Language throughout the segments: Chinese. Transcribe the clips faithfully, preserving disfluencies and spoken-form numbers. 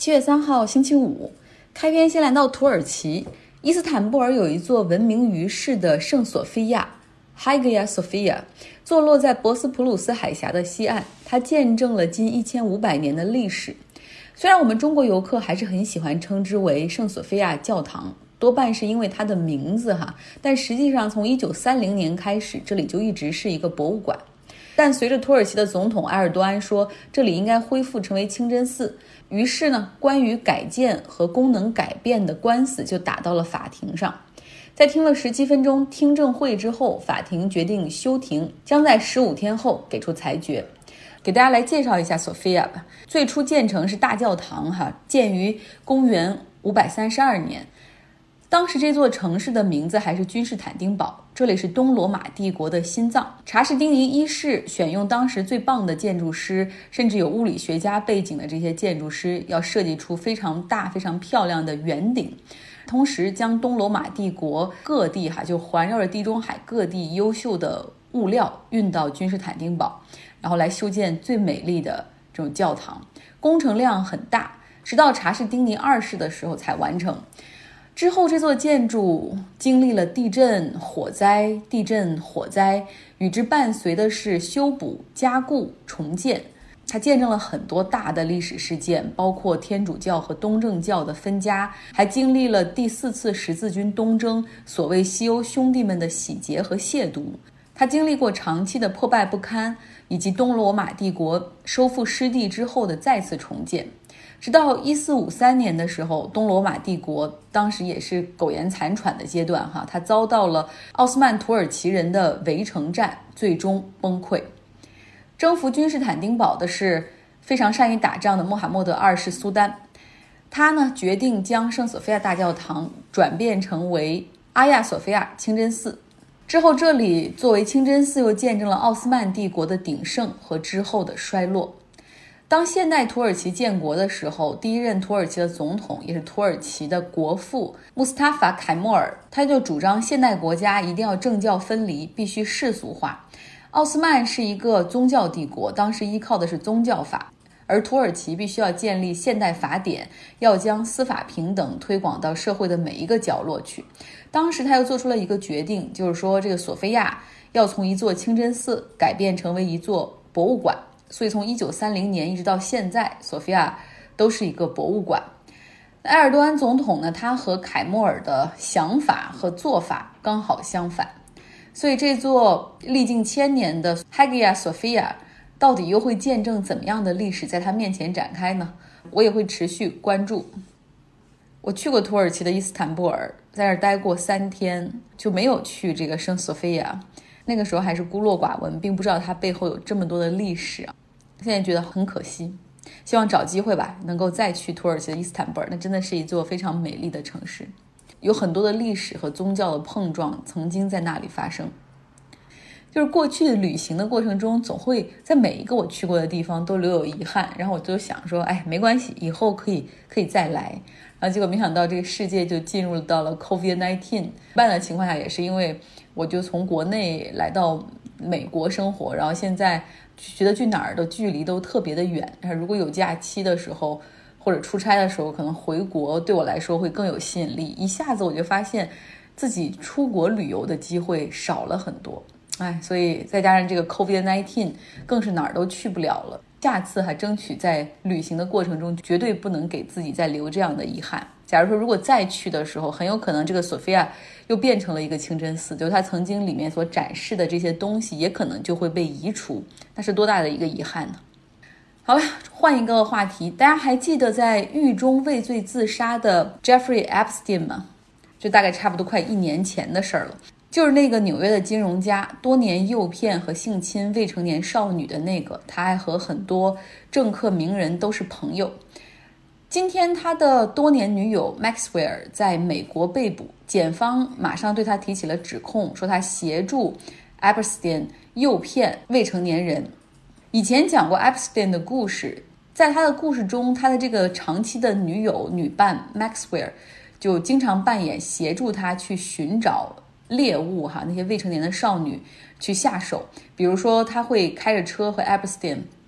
七月三号星期五，开篇先来到土耳其伊斯坦布尔，有一座闻名于世的圣索菲亚 Hagia Sophia， 坐落在博斯普鲁斯海峡的西岸，它见证了近一千五百年的历史。虽然我们中国游客还是很喜欢称之为圣索菲亚教堂，多半是因为它的名字哈，但实际上从一九三零年开始，这里就一直是一个博物馆。但随着土耳其的总统埃尔多安说这里应该恢复成为清真寺，于是呢，关于改建和功能改变的官司就打到了法庭上。在听了十七分钟听证会之后，法庭决定休庭，将在十五天后给出裁决。给大家来介绍一下索菲亚吧。最初建成是大教堂哈，建于公元五百三十二年。当时这座城市的名字还是君士坦丁堡，这里是东罗马帝国的心脏。查士丁尼一世选用当时最棒的建筑师，甚至有物理学家背景的这些建筑师，要设计出非常大非常漂亮的圆顶，同时将东罗马帝国各地哈，就环绕着地中海各地优秀的物料运到君士坦丁堡，然后来修建最美丽的这种教堂。工程量很大，直到查士丁尼二世的时候才完成。之后这座建筑经历了地震、火灾、地震、火灾，与之伴随的是修补、加固、重建。它见证了很多大的历史事件，包括天主教和东正教的分家，还经历了第四次十字军东征，所谓西欧兄弟们的洗劫和亵渎。它经历过长期的破败不堪，以及东罗马帝国收复失地之后的再次重建。直到一四五三年的时候，东罗马帝国当时也是苟延残喘的阶段哈，它遭到了奥斯曼土耳其人的围城战，最终崩溃。征服君士坦丁堡的是非常善于打仗的穆罕默德二世苏丹，他呢决定将圣索菲亚大教堂转变成为阿亚索菲亚清真寺。之后这里作为清真寺又见证了奥斯曼帝国的鼎盛和之后的衰落。当现代土耳其建国的时候，第一任土耳其的总统也是土耳其的国父穆斯塔法·凯莫尔，他就主张现代国家一定要政教分离，必须世俗化。奥斯曼是一个宗教帝国，当时依靠的是宗教法，而土耳其必须要建立现代法典，要将司法平等推广到社会的每一个角落去。当时他又做出了一个决定，就是说这个索菲亚要从一座清真寺改变成为一座博物馆。所以从一九三零年一直到现在，索菲亚都是一个博物馆。埃尔多安总统呢，他和凯莫尔的想法和做法刚好相反，所以这座历经千年的 Hagia Sophia 到底又会见证怎么样的历史在他面前展开呢？我也会持续关注。我去过土耳其的伊斯坦布尔，在这儿待过三天，就没有去这个圣索菲亚。那个时候还是孤陋寡闻，并不知道它背后有这么多的历史啊，现在觉得很可惜。希望找机会吧，能够再去土耳其的伊斯坦布尔，那真的是一座非常美丽的城市，有很多的历史和宗教的碰撞曾经在那里发生。就是过去的旅行的过程中，总会在每一个我去过的地方都留有遗憾，然后我就想说，哎，没关系，以后可以可以再来。然后结果没想到这个世界就进入到了 COVID 十九， 一般的情况下也是因为我就从国内来到美国生活，然后现在觉得去哪儿的距离都特别的远，然后如果有假期的时候或者出差的时候，可能回国对我来说会更有吸引力。一下子我就发现自己出国旅游的机会少了很多，哎，所以再加上这个 COVID 十九， 更是哪儿都去不了了。下次还争取在旅行的过程中绝对不能给自己再留这样的遗憾。假如说如果再去的时候，很有可能这个索菲亚又变成了一个清真寺，就是它曾经里面所展示的这些东西也可能就会被移除，那是多大的一个遗憾呢？好了，换一个话题，大家还记得在狱中畏罪自杀的 Jeffrey Epstein 吗？这大概差不多快一年前的事儿了，就是那个纽约的金融家，多年诱骗和性侵未成年少女的那个，他还和很多政客名人都是朋友。今天他的多年女友 Maxwell 在美国被捕，检方马上对他提起了指控，说他协助 Epstein 诱骗未成年人。以前讲过 Epstein 的故事，在他的故事中，他的这个长期的女友女伴 Maxwell 就经常扮演协助他去寻找猎物哈，那些未成年的少女去下手。比如说他会开着车和 Epstein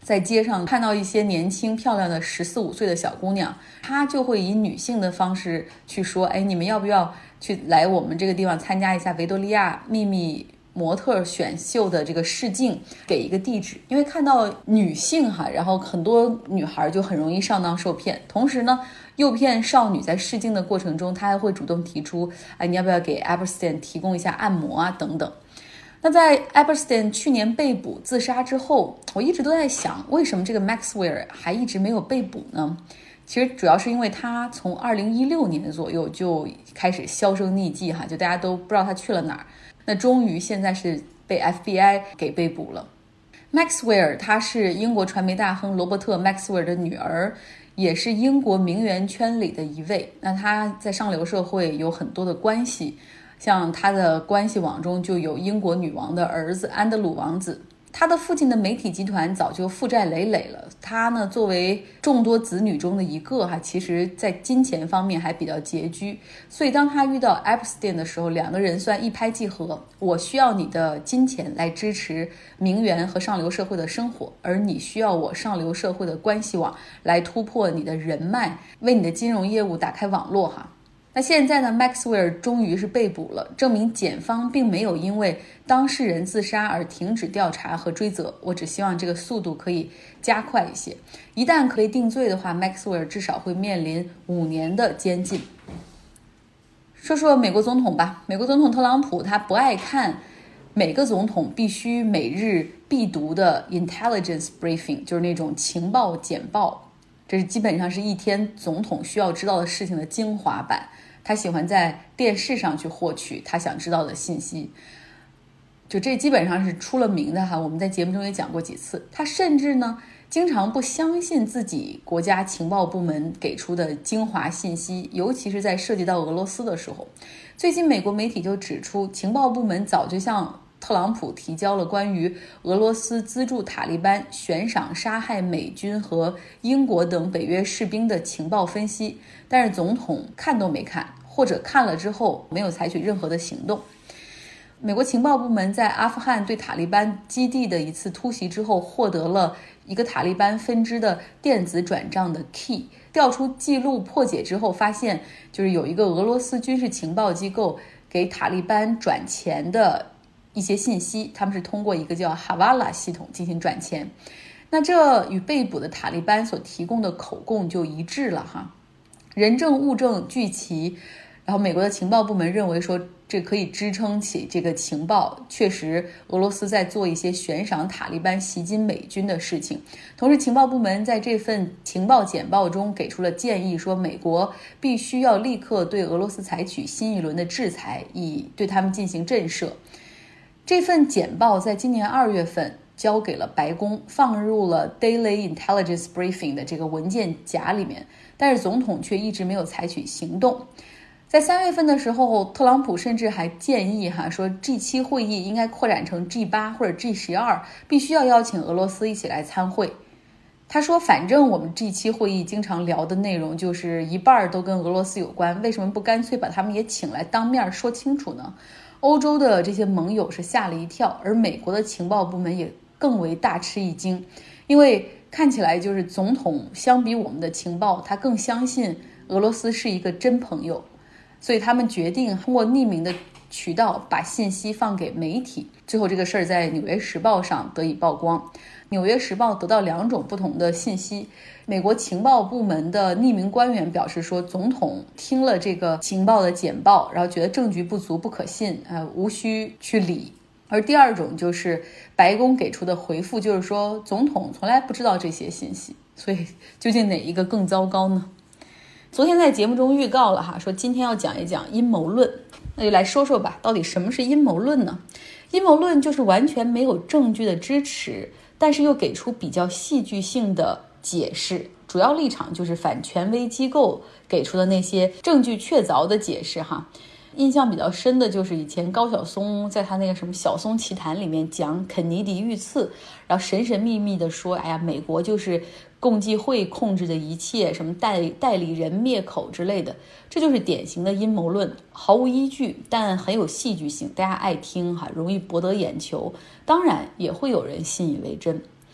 在街上看到一些年轻漂亮的十四五岁的小姑娘，她就会以女性的方式去说，哎，你们要不要去来我们这个地方参加一下维多利亚秘密模特选秀的这个试镜，给一个地址。因为看到女性哈，然后很多女孩就很容易上当受骗。同时呢，诱骗少女在试镜的过程中，她还会主动提出，哎，你要不要给 Epstein 提供一下按摩啊等等。那在 Epstein 去年被捕自杀之后，我一直都在想，为什么这个 Maxwell 还一直没有被捕呢？其实主要是因为他从二零一六年左右就开始销声匿迹哈，就大家都不知道他去了哪儿。那终于现在是被 F B I 给被捕了。Maxwell 她是英国传媒大亨罗伯特 Maxwell 的女儿，也是英国名媛圈里的一位。那她在上流社会有很多的关系，像她的关系网中就有英国女王的儿子安德鲁王子。他的父亲的媒体集团早就负债累累了，他呢作为众多子女中的一个哈，其实在金钱方面还比较拮据，所以当他遇到 Epstein 的时候，两个人算一拍即合。我需要你的金钱来支持名媛和上流社会的生活，而你需要我上流社会的关系网来突破你的人脉，为你的金融业务打开网络哈。那现在呢 Maxwell 终于是被捕了，证明检方并没有因为当事人自杀而停止调查和追责。我只希望这个速度可以加快一些，一旦可以定罪的话， Maxwell 至少会面临五年的监禁。说说美国总统吧，美国总统特朗普他不爱看每个总统必须每日必读的 intelligence briefing， 就是那种情报简报，这是基本上是一天总统需要知道的事情的精华版。他喜欢在电视上去获取他想知道的信息，就这基本上是出了名的哈。我们在节目中也讲过几次。他甚至呢，经常不相信自己国家情报部门给出的精华信息，尤其是在涉及到俄罗斯的时候。最近美国媒体就指出，情报部门早就向特朗普提交了关于俄罗斯资助塔利班悬赏杀害美军和英国等北约士兵的情报分析，但是总统看都没看，或者看了之后没有采取任何的行动。美国情报部门在阿富汗对塔利班基地的一次突袭之后，获得了一个塔利班分支的电子转账的 key， 调出记录破解之后发现，就是有一个俄罗斯军事情报机构给塔利班转钱的一些信息，他们是通过一个叫 Havala 系统进行转钱。那这与被捕的塔利班所提供的口供就一致了哈，人证物证俱齐。然后美国的情报部门认为说，这可以支撑起这个情报，确实俄罗斯在做一些悬赏塔利班袭击美军的事情。同时情报部门在这份情报简报中给出了建议，说美国必须要立刻对俄罗斯采取新一轮的制裁，以对他们进行震慑。这份简报在今年二月份交给了白宫，放入了 Daily Intelligence Briefing 的这个文件夹里面，但是总统却一直没有采取行动。在三月份的时候，特朗普甚至还建议哈说 G 七 会议应该扩展成 G 八 或者 G 十二， 必须要邀请俄罗斯一起来参会。他说反正我们 G 七 会议经常聊的内容就是一半都跟俄罗斯有关，为什么不干脆把他们也请来当面说清楚呢？欧洲的这些盟友是吓了一跳，而美国的情报部门也更为大吃一惊，因为看起来就是总统相比我们的情报，他更相信俄罗斯是一个真朋友，所以他们决定通过匿名的渠道把信息放给媒体。最后这个事儿在纽约时报上得以曝光。纽约时报得到两种不同的信息，美国情报部门的匿名官员表示说，总统听了这个情报的简报，然后觉得证据不足不可信，呃，无需去理。而第二种就是白宫给出的回复，就是说总统从来不知道这些信息。所以究竟哪一个更糟糕呢？昨天在节目中预告了哈，说今天要讲一讲阴谋论，那就来说说吧，到底什么是阴谋论呢？阴谋论就是完全没有证据的支持，但是又给出比较戏剧性的解释，主要立场就是反权威机构给出的那些证据确凿的解释哈。印象比较深的就是以前高晓松在他那个什么小松奇谈里面讲肯尼迪遇刺，然后神神秘秘的说，哎呀，美国就是共济会控制的一切，什么代代理人灭口之类的，这就是典型的阴谋论，毫无依据，但很有戏剧性，大家爱听哈，容易博得眼球，当然也会有人信以为真。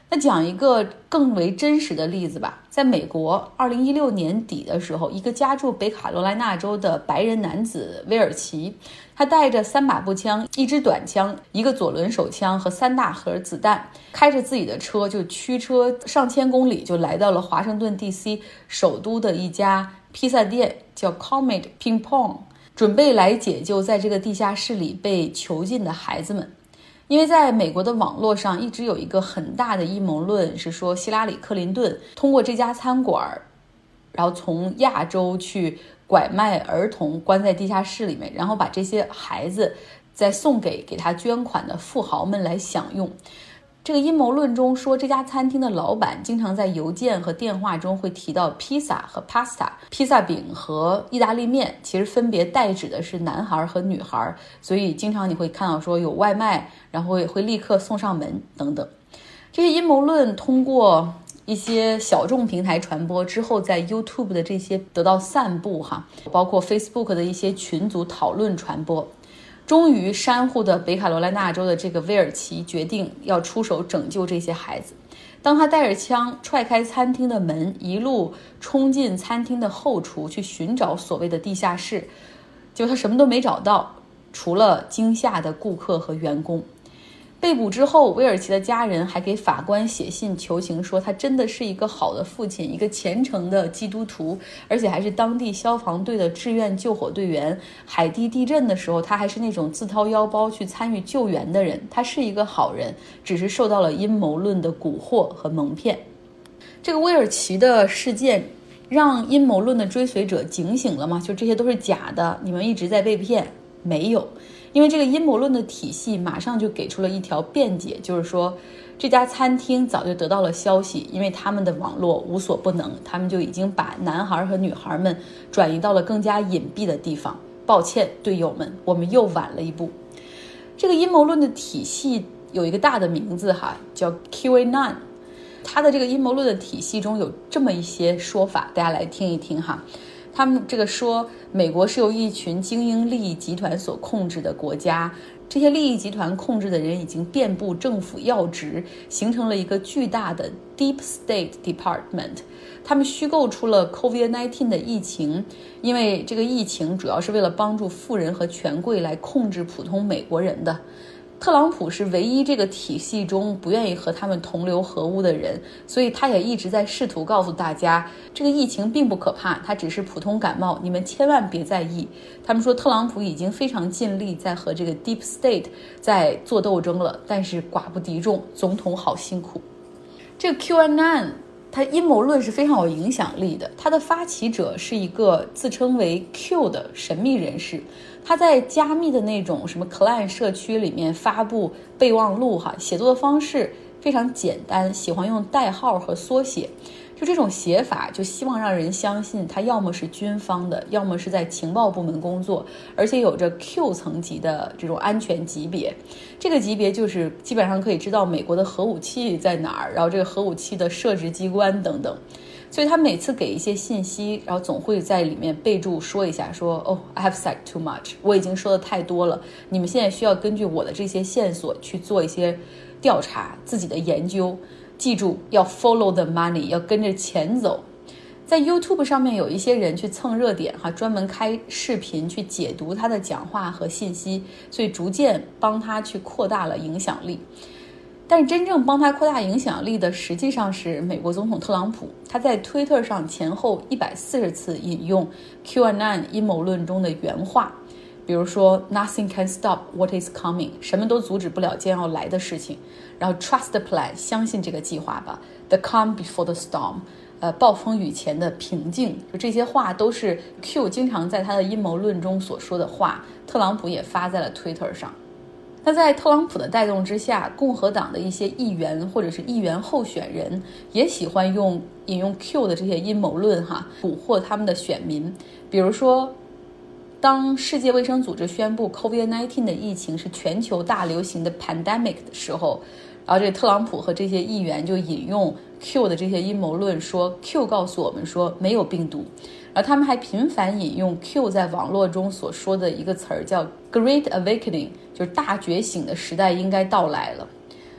那讲一个更为真实的例子吧，在美国二零一六年底的时候，一个家住北卡罗来纳州的白人男子威尔奇，他带着三把步枪、一支短枪、一个左轮手枪和三大盒子弹，开着自己的车就驱车上千公里，就来到了华盛顿 D C 首都的一家披萨店，叫 Comet Ping Pong， 准备来解救在这个地下室里被囚禁的孩子们。因为在美国的网络上一直有一个很大的阴谋论，是说希拉里·克林顿通过这家餐馆，然后从亚洲去拐卖儿童，关在地下室里面，然后把这些孩子再送给给他捐款的富豪们来享用。这个阴谋论中说，这家餐厅的老板经常在邮件和电话中会提到披萨和 pasta， 披萨饼和意大利面，其实分别代指的是男孩和女孩，所以经常你会看到说有外卖，然后也会立刻送上门等等。这些阴谋论通过一些小众平台传播之后，在 YouTube 的这些得到散布哈，包括 Facebook 的一些群组讨论传播。终于山户的北卡罗来纳州的这个威尔奇决定要出手拯救这些孩子。当他带着枪踹开餐厅的门，一路冲进餐厅的后厨去寻找所谓的地下室，结果他什么都没找到，除了惊吓的顾客和员工。被捕之后，威尔奇的家人还给法官写信求情，说他真的是一个好的父亲，一个虔诚的基督徒，而且还是当地消防队的志愿救火队员。海地地震的时候，他还是那种自掏腰包去参与救援的人，他是一个好人，只是受到了阴谋论的蛊惑和蒙骗。这个威尔奇的事件让阴谋论的追随者警醒了吗？就这些都是假的，你们一直在被骗。没有，因为这个阴谋论的体系马上就给出了一条辩解，就是说这家餐厅早就得到了消息，因为他们的网络无所不能，他们就已经把男孩和女孩们转移到了更加隐蔽的地方。抱歉，队友们，我们又晚了一步。这个阴谋论的体系有一个大的名字哈，叫 Q A nine。它的这个阴谋论的体系中有这么一些说法，大家来听一听哈。他们这个说，美国是由一群精英利益集团所控制的国家，这些利益集团控制的人已经遍布政府要职，形成了一个巨大的 Deep State Department。他们虚构出了 COVID 十九 的疫情，因为这个疫情主要是为了帮助富人和权贵来控制普通美国人的。特朗普是唯一这个体系中不愿意和他们同流合污的人，所以他也一直在试图告诉大家，这个疫情并不可怕，它只是普通感冒，你们千万别在意。他们说特朗普已经非常尽力在和这个 Deep State 在做斗争了，但是寡不敌众，总统好辛苦。这个 Q A nine它阴谋论是非常有影响力的，它的发起者是一个自称为 Q 的神秘人士，他在加密的那种什么 Clan 社区里面发布备忘录哈，写作的方式非常简单，喜欢用代号和缩写，就这种写法就希望让人相信他要么是军方的，要么是在情报部门工作，而且有着 Q 层级的这种安全级别。这个级别就是基本上可以知道美国的核武器在哪儿，然后这个核武器的设置机关等等。所以他每次给一些信息，然后总会在里面备注说一下说，哦 I have said too much， 我已经说的太多了，你们现在需要根据我的这些线索去做一些调查，自己的研究，记住要 follow the money， 要跟着钱走。在 YouTube 上面有一些人去蹭热点哈，专门开视频去解读他的讲话和信息，所以逐渐帮他去扩大了影响力。但是真正帮他扩大影响力的实际上是美国总统特朗普，他在推特上前后一百四十次引用 Q A nine 阴谋论中的原话，比如说 Nothing can stop what is coming， 什么都阻止不了将要来的事情，然后 Trust the plan， 相信这个计划吧， The calm before the storm， 呃，暴风雨前的平静，就这些话都是 Q 经常在他的阴谋论中所说的话，特朗普也发在了推特上。那在特朗普的带动之下，共和党的一些议员或者是议员候选人也喜欢用引用 Q 的这些阴谋论哈，蛊惑他们的选民。比如说，当世界卫生组织宣布 COVID 十九 的疫情是全球大流行的 pandemic 的时候，然后这个特朗普和这些议员就引用 Q 的这些阴谋论，说 Q 告诉我们说没有病毒。然后他们还频繁引用 Q 在网络中所说的一个词儿叫 Great Awakening， 就是大觉醒的时代应该到来了。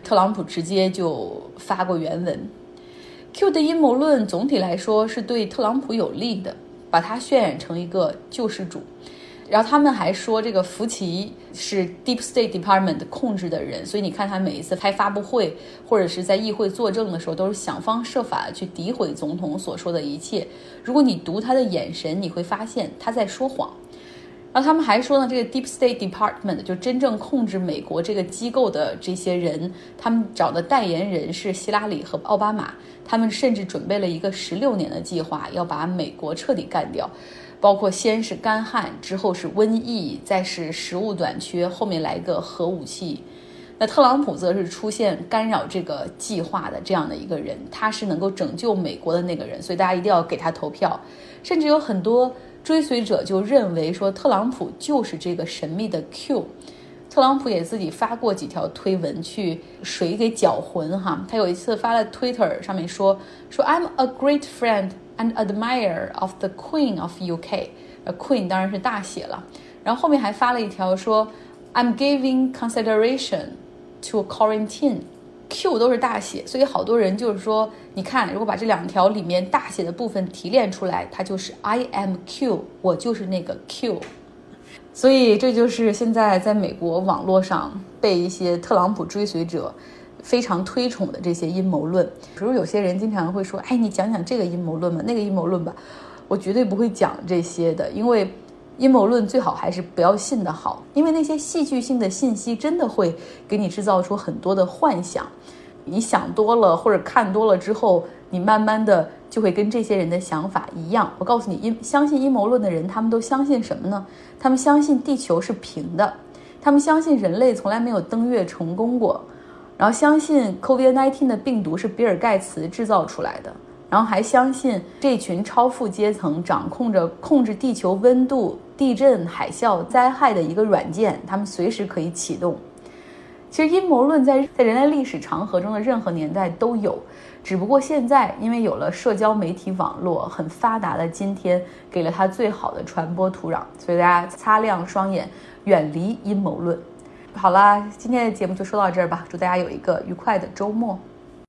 特朗普直接就发过原文。Q 的阴谋论总体来说是对特朗普有利的，把他渲染成一个救世主。然后他们还说这个福奇是 Deep State Department 控制的人，所以你看他每一次开发布会或者是在议会作证的时候，都是想方设法的去诋毁总统所说的一切。如果你读他的眼神，你会发现他在说谎。然后他们还说呢，这个 Deep State Department 就真正控制美国这个机构的这些人，他们找的代言人是希拉里和奥巴马，他们甚至准备了一个十六年的计划，要把美国彻底干掉。包括先是干旱，之后是瘟疫，再是食物短缺，后面来个核武器。那特朗普则是出现干扰这个计划的这样的一个人，他是能够拯救美国的那个人，所以大家一定要给他投票。甚至有很多追随者就认为说特朗普就是这个神秘的 Q。 特朗普也自己发过几条推文去水给搅浑哈。他有一次发了 Twitter 上面说说 I'm a great friend and admirer of the Queen of U K， Queen 当然是大写了。然后后面还发了一条说 I'm giving consideration to quarantine， Q 都是大写，所以好多人就是说，你看如果把这两条里面大写的部分提炼出来，它就是 I am Q， 我就是那个 Q。 所以这就是现在在美国网络上被一些特朗普追随者非常推崇的这些阴谋论。比如有些人经常会说，哎，你讲讲这个阴谋论吧，那个阴谋论吧。我绝对不会讲这些的，因为阴谋论最好还是不要信的好，因为那些戏剧性的信息真的会给你制造出很多的幻想。你想多了或者看多了之后，你慢慢的就会跟这些人的想法一样。我告诉你，阴相信阴谋论的人，他们都相信什么呢？他们相信地球是平的，他们相信人类从来没有登月成功过，然后相信 COVID 十九 的病毒是比尔盖茨制造出来的，然后还相信这群超富阶层掌控着控制地球温度、地震、海啸、灾害的一个软件，他们随时可以启动。其实阴谋论在在人类历史长河中的任何年代都有，只不过现在因为有了社交媒体网络很发达的今天，给了它最好的传播土壤，所以大家擦亮双眼，远离阴谋论。好啦，今天的节目就说到这儿吧，祝大家有一个愉快的周末。